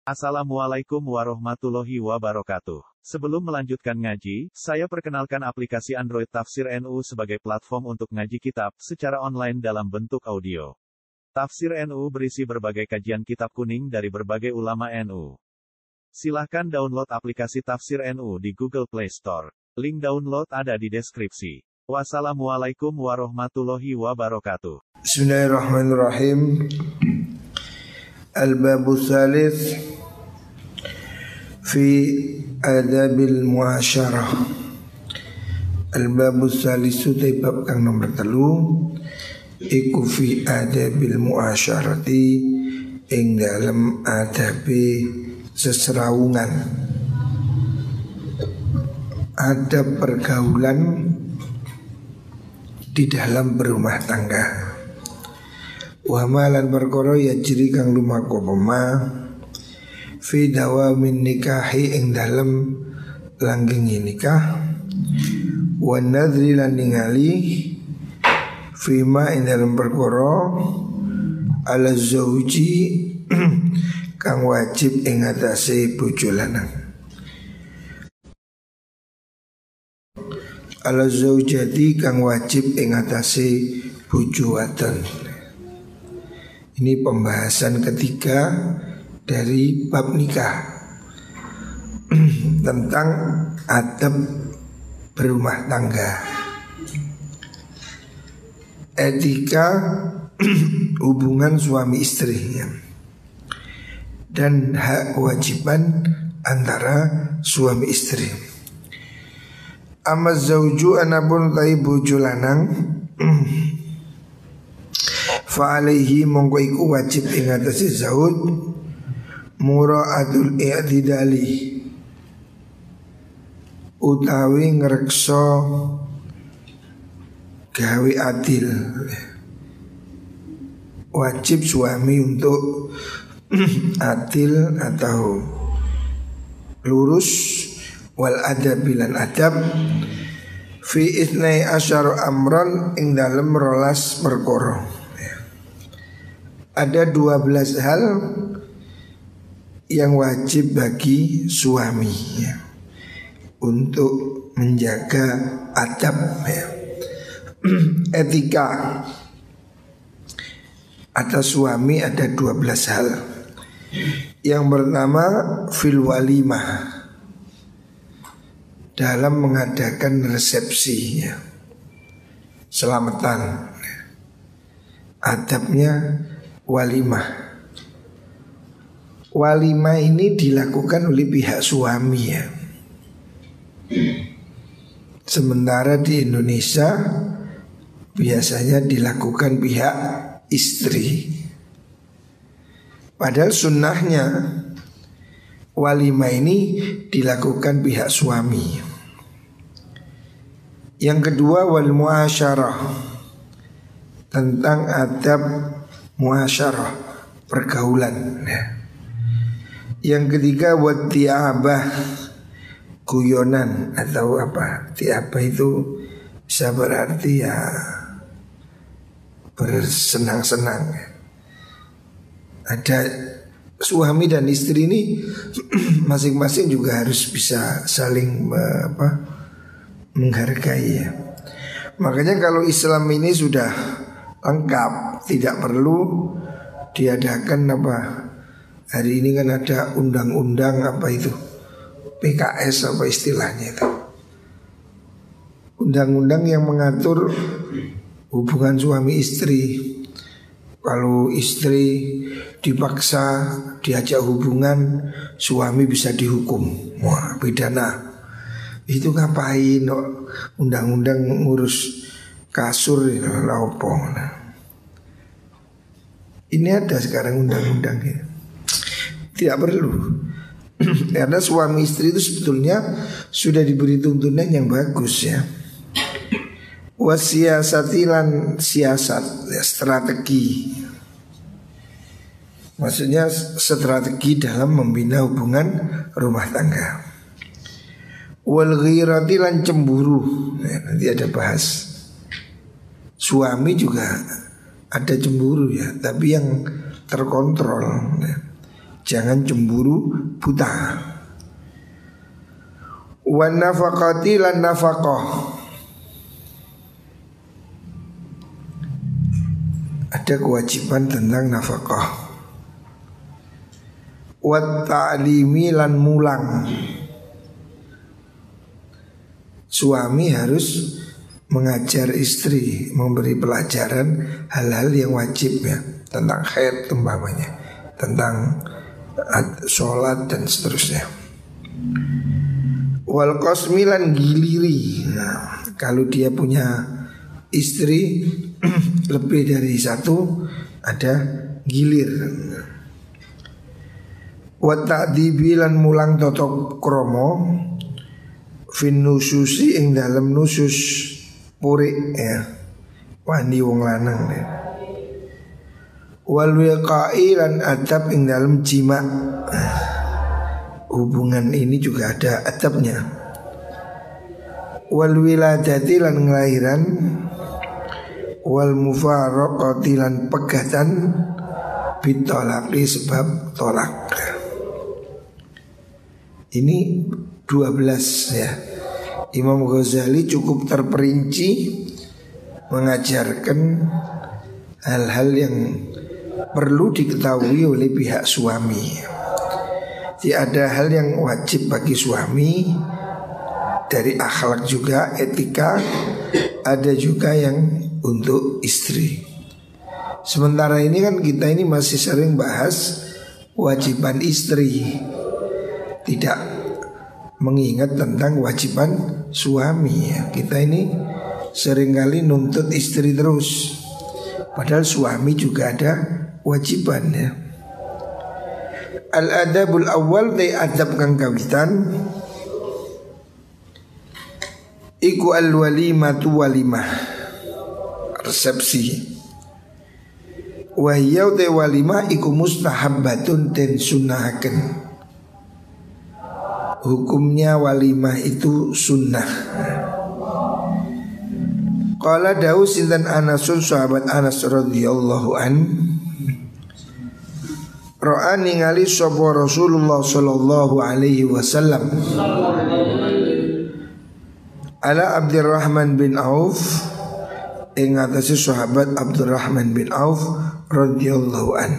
Assalamualaikum warahmatullahi wabarakatuh. Sebelum melanjutkan ngaji, saya perkenalkan aplikasi Android Tafsir NU sebagai platform untuk ngaji kitab secara online dalam bentuk audio. Tafsir NU berisi berbagai kajian kitab kuning dari berbagai ulama NU. Silahkan download aplikasi Tafsir NU di Google Play Store. Link download ada di deskripsi. Wassalamualaikum warahmatullahi wabarakatuh. Bismillahirrahmanirrahim. Al-babu tsalits fi adabil muasyarah. Al-babu tsalits te bab kang nomor 3 iku fi adabil muasyarati ing dalem adabi seserawungan, adab pergaulan di dalam berumah tangga. Wa malan perkara yajri kang lumaku pema fi dawamin nikahi ing dalem langgengi nikah, wa nadri lan ningali fima ing dalem perkara ala zauji kang wajib ing atase bojo lanang, ala zaujati kang wajib ing atase bojo wadon. Ini pembahasan ketiga dari bab nikah tentang adab berumah tangga, etika hubungan suami istri, dan hak kewajiban antara suami istri. Amma zauju anapun tai bojo lanang fa alaihi mongko iku wajib ing atase zauj muraatul i'tidali, utawi ngrekso gawe adil. Wajib suami untuk adil atau lurus, wal adab bilan adab fi itnai asyara amran ing dalem 12 perkara. Ada 12 hal yang wajib bagi suami untuk menjaga adab, etika atas suami. Ada 12 hal. Yang pertama fil walimah, dalam mengadakan resepsi, selamatan. Adabnya walimah. Walimah ini dilakukan oleh pihak suami, sementara di Indonesia biasanya dilakukan pihak istri. Padahal sunnahnya walimah ini dilakukan pihak suami. Yang kedua wal muasyarah, tentang adab muasyarah, pergaulan. Yang ketiga wat tiabah, guyonan atau apa? Tiabah itu bisa berarti ya bersenang-senang. Ada suami dan istri ini masing-masing juga harus bisa saling menghargai. Makanya kalau Islam ini sudah lengkap, tidak perlu diadakan hari ini kan ada undang-undang itu PKS istilahnya itu, undang-undang yang mengatur hubungan suami istri. Kalau istri dipaksa diajak hubungan, suami bisa dihukum, pidana. Itu ngapain undang-undang ngurus kasur laopo. Ini ada sekarang undang-undangnya. Tidak perlu. Karena suami istri itu sebetulnya sudah diberi tuntunan yang bagus, Wasiasatilan siasat, strategi. Maksudnya strategi dalam membina hubungan rumah tangga. Wal ghirati lan cemburu. Nanti ada bahas. Suami juga ada cemburu tapi yang terkontrol. jangan cemburu buta. Wan nafaqati lan nafaqah, ada kewajiban tentang nafaqah. Wat ta'limi lan mulang, suami harus mengajar istri, memberi pelajaran hal-hal yang wajib ya, tentang haid umpamanya, tentang sholat dan seterusnya. Wal qasmi lan giliri, nah, kalau dia punya istri lebih dari satu, ada gilir. Wa ta'dibi lan mulang toto kromo fin nususi ing dalem nusus purik ya, wani wong lanang ya. Wal wiqai lan adab ing dalem jima, hubungan ini juga ada adabnya. Wal wiladati lan ngelahiran, wal mufaraqati lan pegatan, bitolaki sebab tolak. Ini 12 ya. Imam Ghazali cukup terperinci mengajarkan hal-hal yang perlu diketahui oleh pihak suami. Jadi ada hal yang wajib bagi suami, dari akhlak juga, etika, ada juga yang untuk istri. Sementara ini kan kita ini masih sering bahas kewajiban istri, tidak mengingat tentang kewajiban suami. Kita ini seringkali nuntut istri terus, padahal suami juga ada kewajiban ya. Al-adabul awal dari adab kang kawitan iku al-walimatu walimah, resepsi. Wahyau te walimah iku mustahabbatun den sunnahaken. Hukumnya walimah itu sunnah. Qala dawu sinten Anasun, sahabat Anas radhiyallahu an, ra'a ningali sapa Rasulullah sallallahu alaihi wasallam ala Abdurrahman bin Auf, ing atase sahabat Abdurrahman bin Auf radhiyallahu an,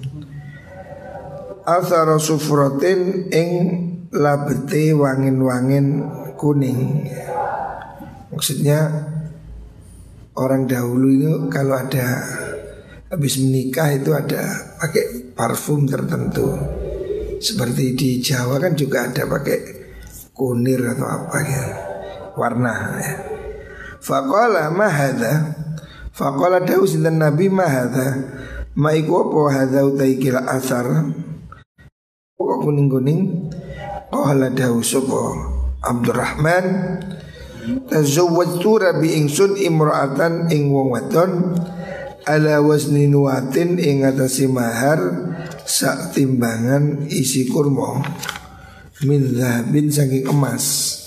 athara sufratin ing labete wangin-wangin kuning. Maksudnya orang dahulu itu kalau ada habis menikah itu ada pakai parfum tertentu. Seperti di Jawa kan juga ada pakai kunir atau apa ya, warna ya. Faqala ma hadza, faqala dawu sinten Nabi ma hadza, ma iku apa hadza utai kila asar kok kuning-kuning. Qala dawu sapa Abdurrahman, tazawwajtu rabi ingsun imra'atan ing wong wadon ala wazni nuwatin ing atase mahar sak timbangan isi kurma min zahabin saking emas.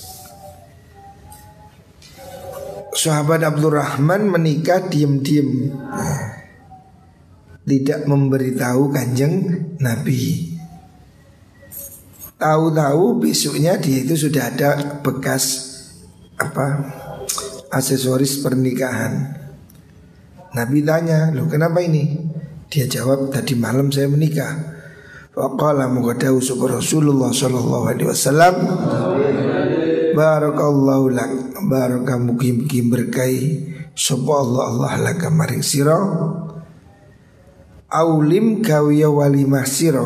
Sahabat Abdurrahman menikah diam-diam, tidak memberitahu kanjeng Nabi. Tahu-tahu besoknya dia itu sudah ada bekas aksesoris pernikahan. Nabi tanya, loh kenapa ini? Dia jawab, tadi malam saya menikah. Faqala mughadahu sapa Rasulullah sallallahu alaihi wasallam, barakallahu lak, baraka mugi-mugi berkahi sapa Allah laka maring sira, aulim kawiya walimah sira,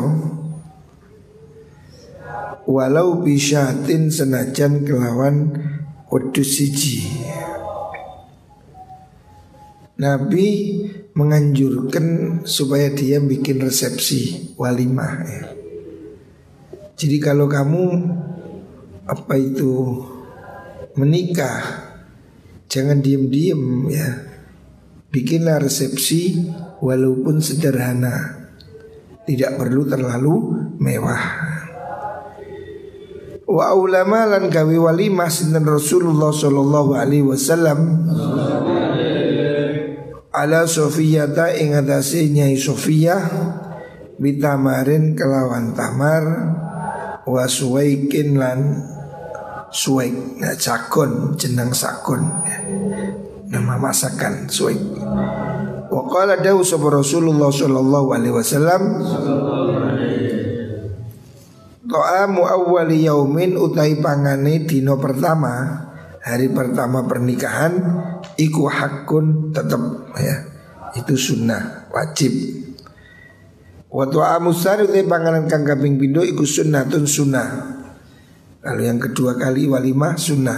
walau bisyatin senajan kelawan wedhus siji. Nabi menganjurkan supaya dia bikin resepsi walimah ya. Jadi kalau kamu menikah, jangan diem-diem ya, bikinlah resepsi walaupun sederhana, tidak perlu terlalu mewah. Wa ulama lan gawe walimah sinten Rasulullah sallallahu alaihi wasallam ala Sofiyata ing atase Nyai Sofiyah bitamarin kelawan tamar, wa suwaikin lan suwaik. Nah, sakon jeneng sakon ya. Nama masakan suwaik. Wa qala dawu sapa Rasulullah sallallahu alaihi wasallam, ta'amu awwali yaumin utai pangane dino pertama, hari pertama pernikahan iku hakun tetep ya. Itu sunnah wajib. Wa ta'amu tsani utai panganan kang kaping pindho iku sunnatun sunnah. Kalau yang kedua kali walimah sunnah.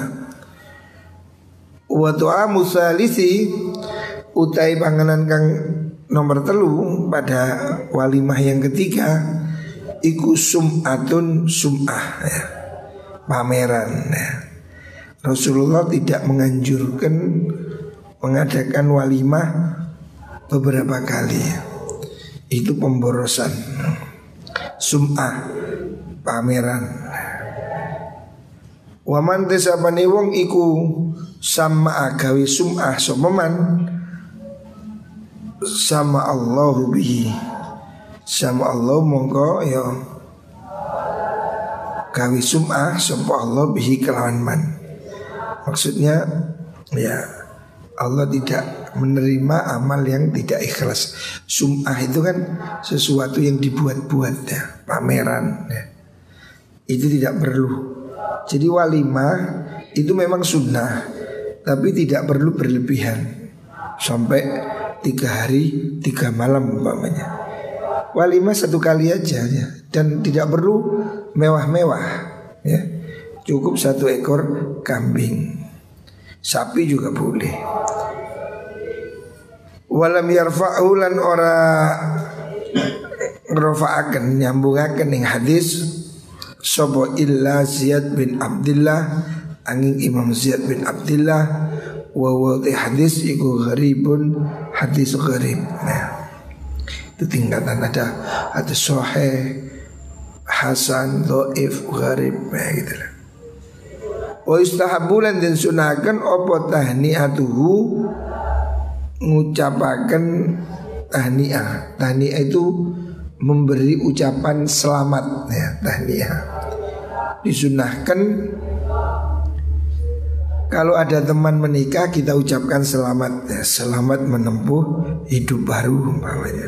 Wa ta'amu tsalisi utai panganan kang nomor telu pada walimah yang ketiga iku sum'atun sum'ah ya. Pameran ya. Rasulullah tidak menganjurkan mengadakan walimah beberapa kali. Itu pemborosan. Sum'ah pameran. Waman tesapane wong iku sama agawe sum'ah sopeman sama Allahu bihi, sama Allah mongko ya gawe sum'ah sapa Allah bihi kelawan man. Maksudnya ya Allah tidak menerima amal yang tidak ikhlas. Sum'ah itu kan sesuatu yang dibuat-buat ya, pameran ya. Itu tidak perlu. Jadi walimah itu memang sunnah, tapi tidak perlu berlebihan sampai 3 hari 3 malam umpamanya. Walimah 1 kali aja ya, dan tidak perlu mewah-mewah ya. Cukup 1 ekor kambing. Sapi juga boleh. Walam yarfa'u lan ora ngrofa'aken nyambungaken ing hadis sapa illa Ziyad bin Abdullah angin Imam Ziyad bin Abdullah wa hadis iku gharibun hadis gharib. Nah, itu tingkatan ada sahih, hasan, dhaif, gharib gitu lah. Wa istahabulan dan sunahkan apa tahni'atuhu ngucapaken tahni'ah. Tahni'ah itu memberi ucapan selamat ya, tahni'ah. Disunahkan kalau ada teman menikah kita ucapkan selamat ya, selamat menempuh hidup baru umpamanya.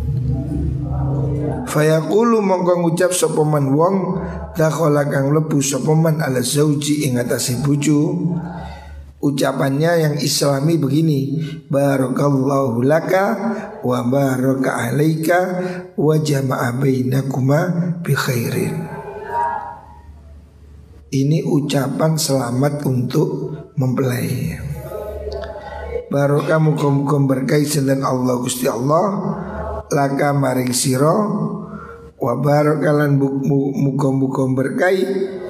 Fayaqulu mongko ngucap sapa man wong dakhala kang mlebu sapa man ala zauji ing atase bojo. Ucapannya yang islami begini, barakallahu laka wa baraka alaika wa jama'a bainakuma bi khairin. Ini ucapan selamat untuk mempelai. Barokah muga-muga berkahi sinten Allah Gusti Allah laka maring sira wa barakalan muga-muga berkahi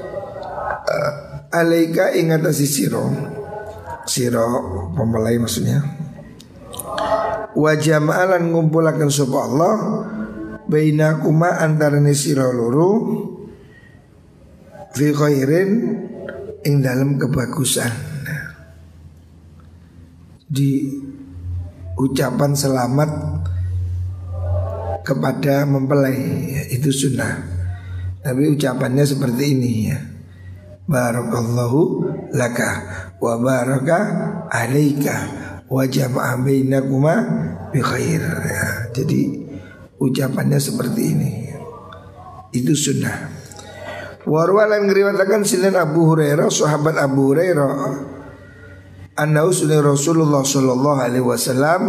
alaika ing atase sira pempelai maksudnya. Wa jama'alan ngumpulaken sapa Allah bainakuma antarane sira loro fi khairin ing dalam kebagusan. Di ucapan selamat kepada mempelai itu sunnah, tapi ucapannya seperti ini ya, barakallahu laka wa baraka alaika wa jama'a bainakuma bi khair ya. Jadi ucapannya seperti ini, itu sunnah. Warwalan ngriwatakan sinan Abu Hurairah, sahabat Abu Hurairah, annahu sunni Rasulullah sallallahu alaihi wasallam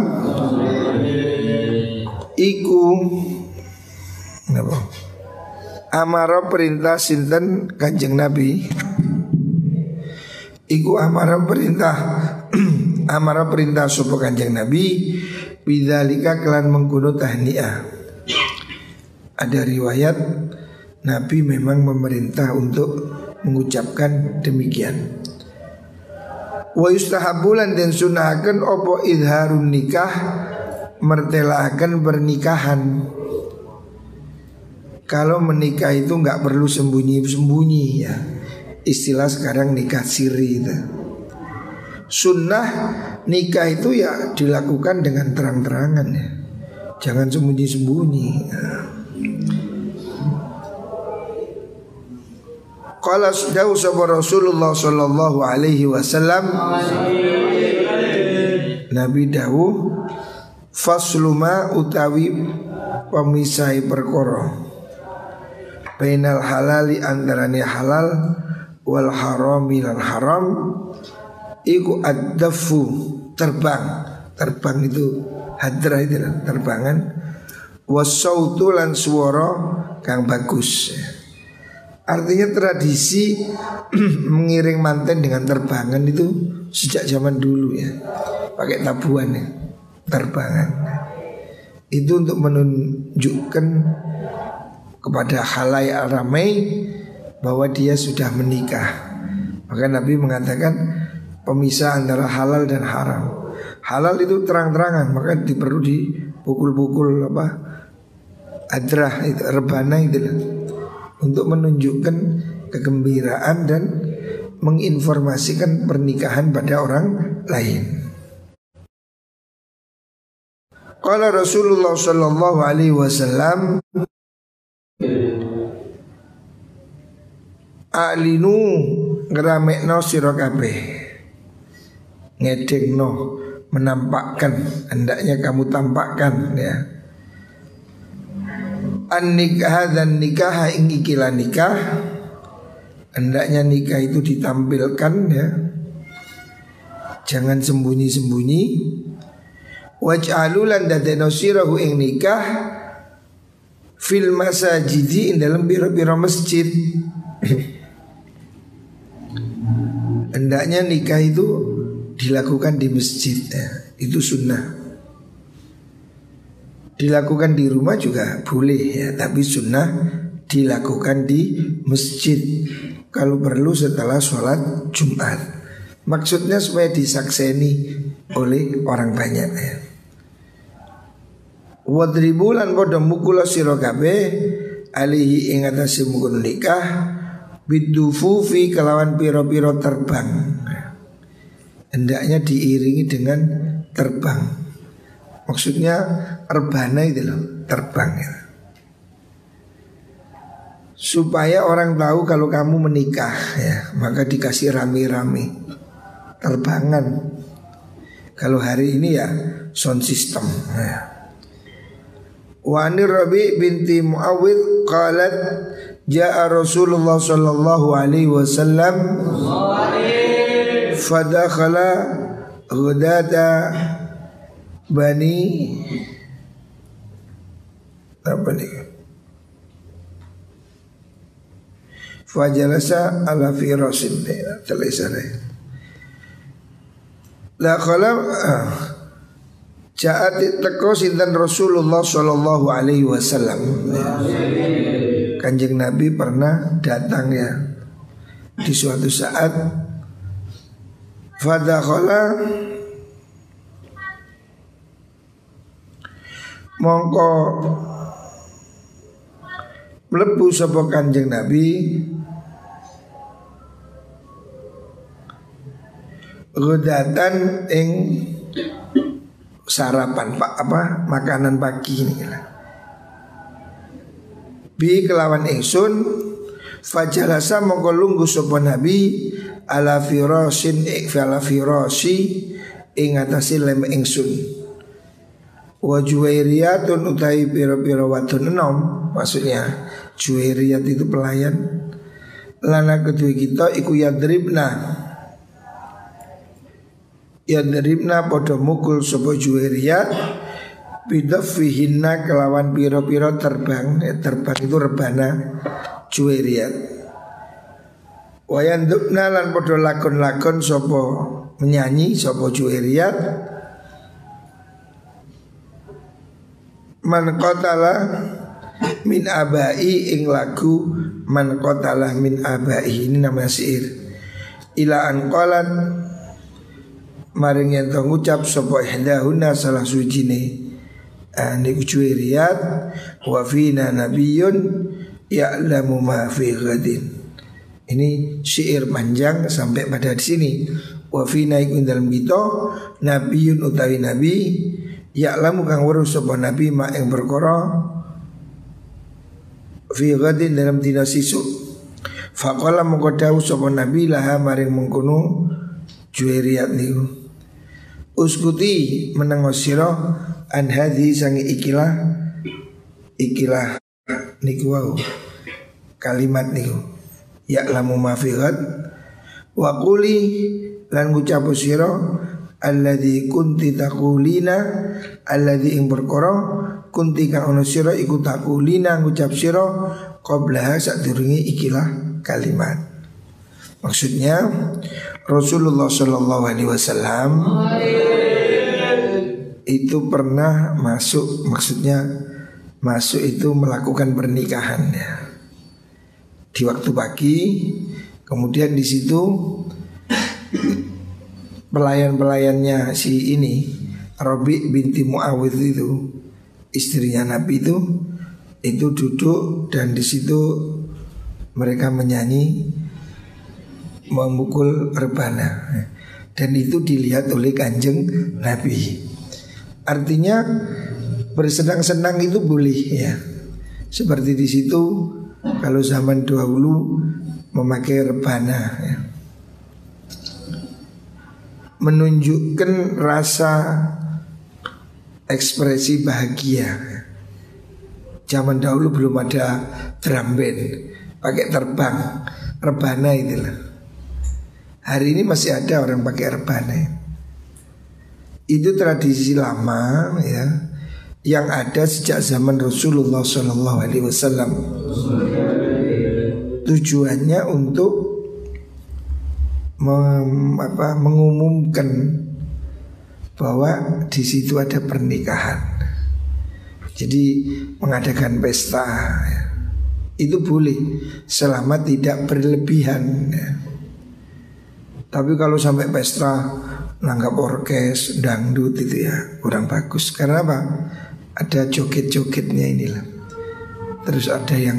iku napa? Amara perintah sinten Kanjeng Nabi. Iku amara perintah amara perintah sapa Kanjeng Nabi bidzalika kelan mengkono tahniah. Ada riwayat Nabi memang memerintah untuk mengucapkan demikian. Wa yustahabulan dan sunahkan opo idharun nikah, mertelakan pernikahan. Kalau menikah itu nggak perlu sembunyi-sembunyi ya. Istilah sekarang nikah siri itu. Sunnah nikah itu ya dilakukan dengan terang-terangan ya. Jangan sembunyi-sembunyi. Qala dawu sapa Rasulullah sallallahu alaihi wasallam, Nabi dawuh, faslu ma utawi pemisai perkara, bainal halali antarane halal wal harami lan haram, iku ad-dafu terbang. Terbang itu hadrah itu terbangan, wasautu lan suara kang bagus. Artinya tradisi mengiring manten dengan terbangan itu sejak zaman dulu ya. Pakai tabuhan ya, terbangan. Itu untuk menunjukkan kepada khalayak ramai bahwa dia sudah menikah. Maka Nabi mengatakan pemisah antara halal dan haram. Halal itu terang-terangan, maka perlu dipukul-pukul adrah itu, rebana itu lah, untuk menunjukkan kegembiraan dan menginformasikan pernikahan pada orang lain. Qala Rasulullah sallallahu alaihi wasallam, alinu ngeramekno sira kabeh, ngedengno, menampakkan, hendaknya kamu tampakkan ya. An-nikah dan nikah ingikila nikah, hendaknya nikah itu ditampilkan ya, jangan sembunyi-sembunyi. Waj'alulan dadeno sirahu ing nikah fil masajidi ing dalam biro-biro masjid. Hendaknya nikah itu dilakukan di masjid ya, itu sunnah. Dilakukan di rumah juga boleh ya, tapi sunnah dilakukan di masjid kalau perlu setelah sholat Jumat. Maksudnya supaya disakseni oleh orang banyak ya. Wadribulan podo mukula sira kabeh alihi ing atase mukul nikah bidufufi kelawan piro-piro terbang. Hendaknya diiringi dengan terbang. Maksudnya rebana itu loh, terbang ya. Supaya orang tahu kalau kamu menikah ya, maka dikasih rame-rame terbangan. Kalau hari ini ya sound system ya. Wa anir Rabi binti Muawwidh qalat jaa Rasulullah sallallahu alaihi wasallam fadakhala ghadata bani apa nih? Fajalasa ala firasin tulisannya. La khala Ja'at teko sinten Rasulullah sallallahu alaihi wasallam. Kanjeng Nabi pernah datang ya di suatu saat. Fadakhala mongko mlebu sapa Kanjeng Nabi ghadatan ing sarapan makanan pagi ini lah. Bi kelawan ingsun fajalasa mongko lungguh sapa Nabi ala firasin ala firasi ing atase lem ingsun. Wa juwairiyatun utai pira-pira wadon enom, maksudnya juwairiyat itu pelayan. Lana kedua kita iku yadribna podo mukul sopo juwairiyat bidafihinna kelawan piro-piro terbang. Terbang itu rebana juwairiyat. Wayandubna lan podo lakon-lakon sopo menyanyi sopo juwairiyat. Man qatala min abai ing lagu man qatala min abai, ini nama syair. Ila an qalan maring yen to ngucap sapa ihdahuna salah sujine niku juwairiyat wa fina nabiyyun ya'lamu ma fi ghadin. Ini syair panjang sampai pada di sini. Wa fina iku dalam kita nabiyyun utawi nabi Ya'lamu kang weruh sapa nabi mak ing perkara fi ghadin dalam dina sisuk. Faqala mongko dawuh sapa nabi laha maring mengkono Juwairiyah niku, uskuti menengo sira an hadhi sangi ikilah niku wau kalimat niku ya'lamu ma fi ghad wa quli lan ngucap sira alladzi kunti taqulina alladzi ing perkara kunti kang ono sira iku taqulina ngucap sira qabla sadurunge ikilah kalimat. Maksudnya Rasulullah Shallallahu Alaihi Wasallam itu pernah masuk, maksudnya masuk itu melakukan pernikahan ya, di waktu pagi. Kemudian di situ pelayan-pelayannya si ini Rabi binti Muawidh itu istrinya Nabi itu duduk dan di situ mereka menyanyi memukul rebana dan itu dilihat oleh Kanjeng Nabi. Artinya bersenang-senang itu boleh ya. Seperti di situ kalau zaman dahulu memakai rebana ya, menunjukkan rasa ekspresi bahagia. Zaman dahulu belum ada drum band, pakai terbang, rebana itulah. Hari ini masih ada orang pakai rebana. Itu tradisi lama ya, yang ada sejak zaman Rasulullah SAW. Tujuannya untuk mengumumkan bahwa di situ ada pernikahan. Jadi mengadakan pesta ya, itu boleh selama tidak berlebihan ya. Tapi kalau sampai pesta nanggap orkes, dangdut itu ya kurang bagus. Karena apa? Ada joget-jogetnya inilah. Terus ada yang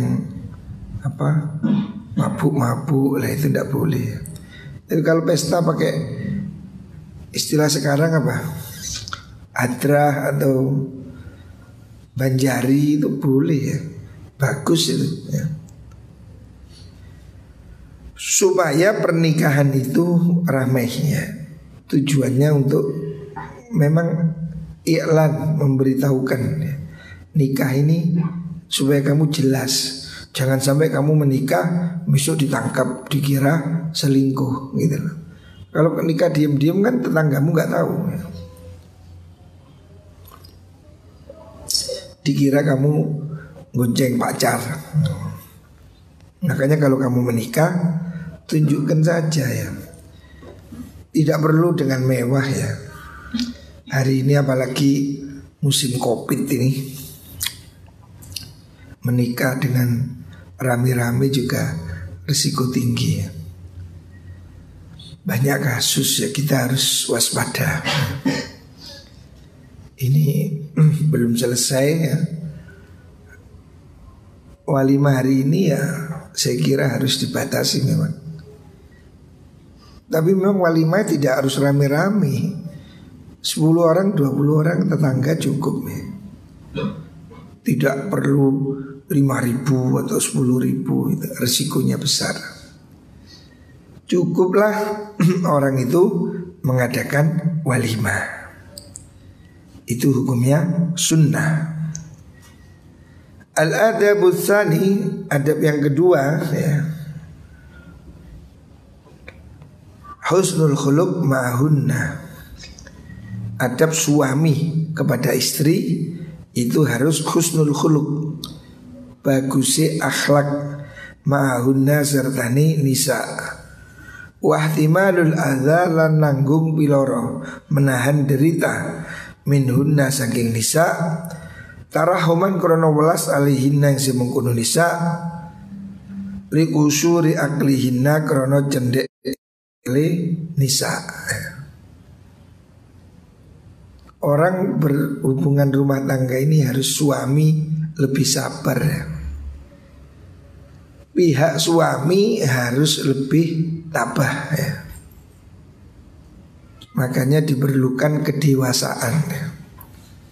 mabuk-mabuk lah, itu tidak boleh. Tapi kalau pesta pakai istilah sekarang apa? Adrah atau banjari itu boleh ya. Bagus itu ya. Supaya pernikahan itu ramai ya. Tujuannya untuk memang iklan, memberitahukan ya, nikah ini supaya kamu jelas. Jangan sampai kamu menikah besok ditangkap dikira selingkuh gitu loh. Kalau nikah diam-diam kan tetanggamu nggak tahu ya. Dikira kamu gonceng pacar. Makanya kalau kamu menikah tunjukkan saja ya. Tidak perlu dengan mewah ya. Hari ini apalagi musim Covid ini, menikah dengan rame-rame juga risiko tinggi ya. Banyak kasus ya, kita harus waspada. Ini belum selesai ya. Walimah hari ini ya saya kira harus dibatasi memang. Tapi memang walimah tidak harus rame-rame. 10 orang, 20 orang tetangga cukup ya. Tidak perlu 5.000 atau 10.000, itu resikonya besar. Cukuplah orang itu mengadakan walimah. Itu hukumnya sunnah. Al-adabus tsani, adab yang kedua ya, husnul khuluq ma'hunna. Adab suami kepada istri itu harus husnul khuluq, bagusnya akhlak, ma'hunna sertani nisa. Wahtimalul adza lan nanggung piloro, menahan derita, minhunna saking nisa, tarahuman krono welas alihinna yang semengkono nisa, likusuri aklihinna krono cendek nisa. Orang berhubungan rumah tangga ini harus suami lebih sabar ya. Pihak suami harus lebih tabah ya. Makanya diperlukan kedewasaan ya.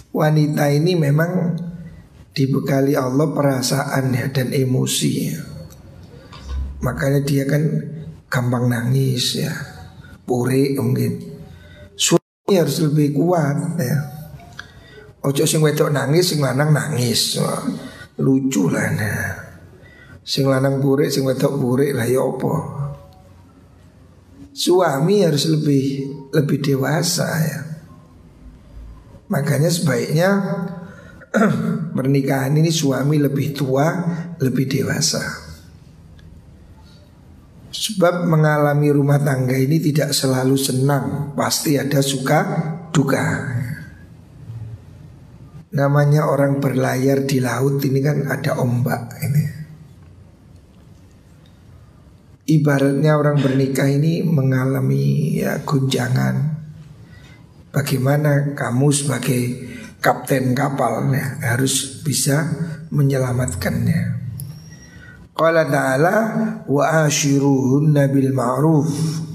wanita ini memang dibekali Allah perasaan ya dan emosi ya. Makanya dia kan gampang nangis ya, purik mungkin. Suami harus lebih kuat ya. Ojo sing wedok nangis, sing lanang nangis. Wah, lucu lah nah. Sing lanang purik, sing wedok purik lah ya apa. Suami harus lebih dewasa ya. Makanya sebaiknya pernikahan ini suami lebih tua, lebih dewasa. Sebab mengalami rumah tangga ini tidak selalu senang, pasti ada suka duka. Namanya orang berlayar di laut ini kan ada ombak ini. Ibaratnya orang bernikah ini mengalami ya guncangan. Bagaimana kamu sebagai kapten kapal ya, harus bisa menyelamatkannya. Qala ta'ala wa ashiruhunna bil ma'ruf.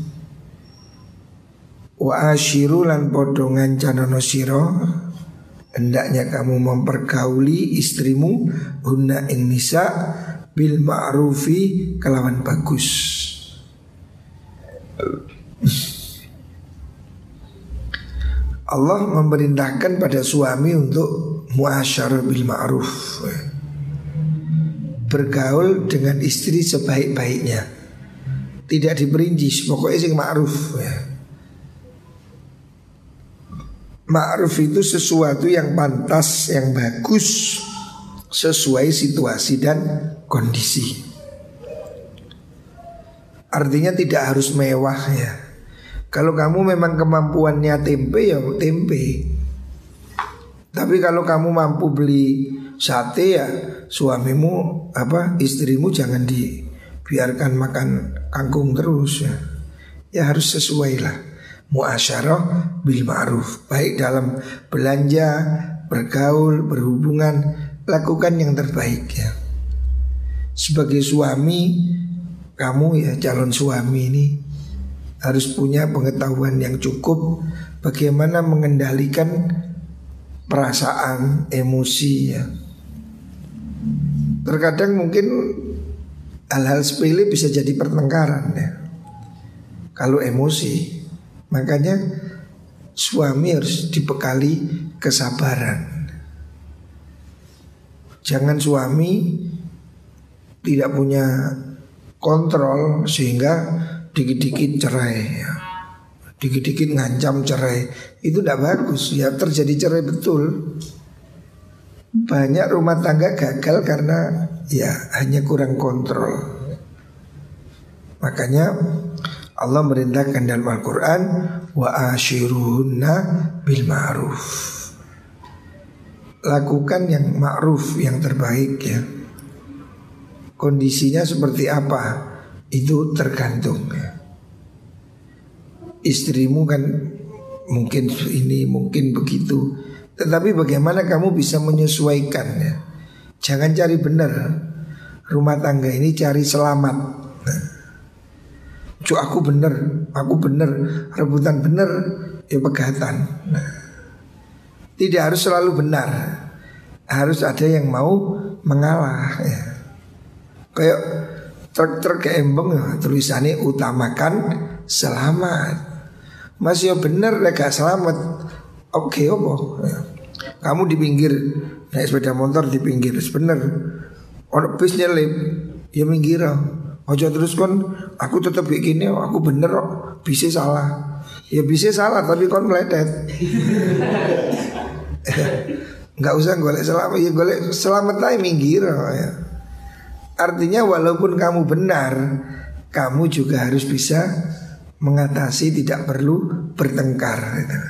Wa ashiru lan podo ngancanono sira, hendaknya kamu mempergauli istrimu hunna ing nisa bil ma'rufi kelawan bagus. Allah memerintahkan pada suami untuk muasyarah bil ma'ruf, bergaul dengan istri sebaik-baiknya, tidak diperinci, pokoknya sing ma'ruf ya. Ma'ruf itu sesuatu yang pantas, yang bagus, sesuai situasi dan kondisi. Artinya tidak harus mewah ya. Kalau kamu memang kemampuannya tempe ya tempe. Tapi kalau kamu mampu beli sate ya suamimu istrimu jangan dibiarkan makan kangkung terus ya. Ya harus sesuai lah. Muasyarah bil ma'ruf. Baik dalam belanja, bergaul, berhubungan, lakukan yang terbaik ya. Sebagai suami, kamu ya calon suami ini harus punya pengetahuan yang cukup bagaimana mengendalikan perasaan, emosi ya. Terkadang mungkin hal-hal sepele bisa jadi pertengkaran ya. Kalau emosi, makanya suami harus dibekali kesabaran. Jangan suami tidak punya kontrol sehingga dikit-dikit cerai ya. Dikit-dikit ngancam cerai. Itu tidak bagus ya, terjadi cerai betul. Banyak rumah tangga gagal karena ya hanya kurang kontrol. Makanya Allah merintahkan dalam Al-Quran wa ashiruhunna bil ma'ruf. Lakukan yang ma'ruf, yang terbaik ya. Kondisinya seperti apa itu tergantung ya. Istrimu kan mungkin ini, mungkin begitu, tetapi bagaimana kamu bisa menyesuaikan ya. Jangan cari benar. Rumah tangga ini cari selamat. Aku benar, rebutan benar, ya pegatan. Tidak harus selalu benar. Harus ada yang mau mengalah ya. Kayak truk-truk ke embeng ya, tulisannya utamakan selamat. Masih ya benar gak selamat. Oke opo ya. Kamu di pinggir naik sepeda motor di pinggir bener. Ono bis nyelip ya minggir. Ojo terus kon aku tetap kayak gini, aku bener kok, bisa salah. Ya bisa salah tapi kon meledet. Nggak usah golek selamat, ya golek selamat aja minggir ya. Artinya walaupun kamu benar, kamu juga harus bisa mengatasi, tidak perlu bertengkar gitu.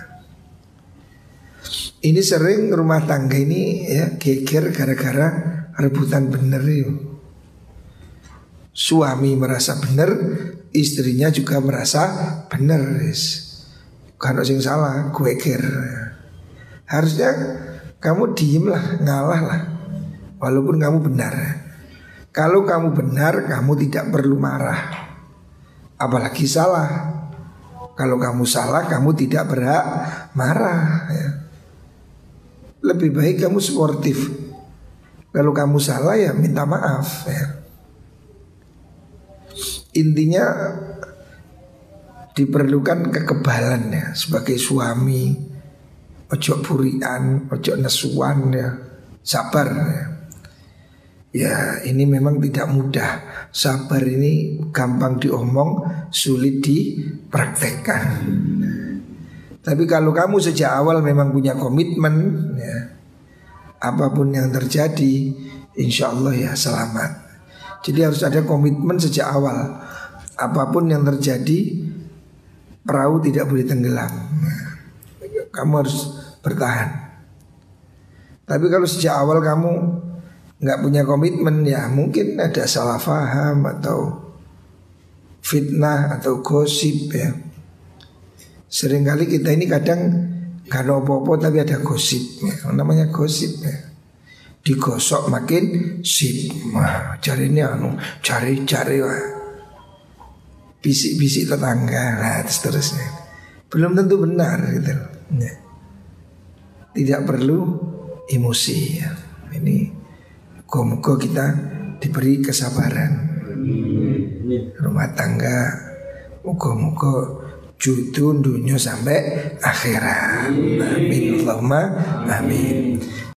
Ini sering rumah tangga ini ya geger gara-gara rebutan bener yuk. Suami merasa benar, istrinya juga merasa benar. Kalau sing salah, gue ger. Harusnya kamu diem lah, ngalah lah, walaupun kamu benar. Kalau kamu benar, kamu tidak perlu marah, apalagi salah. Kalau kamu salah, kamu tidak berhak marah ya. lebih baik kamu sportif. Kalau kamu salah ya minta maaf ya. Intinya diperlukan kekebalan ya sebagai suami. Ojo burian, ojo nesuan ya. Sabar ya. Ya ini memang tidak mudah. Sabar ini gampang diomong, sulit dipraktekkan. Tapi kalau kamu sejak awal memang punya komitmen ya, apapun yang terjadi insya Allah ya selamat. Jadi harus ada komitmen sejak awal. Apapun yang terjadi, perahu tidak boleh tenggelam. Kamu harus bertahan. Tapi kalau sejak awal kamu nggak punya komitmen ya mungkin ada salah paham atau fitnah atau gosip ya. Seringkali kita ini kadang gak ada apa-apa tapi ada gosip ya. Namanya gosip ya. Digosok makin sip. Wah, cari ini cari wah. Bisik-bisik tetangga lah seterusnya. Belum tentu benar gitu ya. Tidak perlu emosi ya. Ini moga-moga kita diberi kesabaran. Rumah tangga moga-moga judun dunia sampai akhirat. Amin Allahumma amin.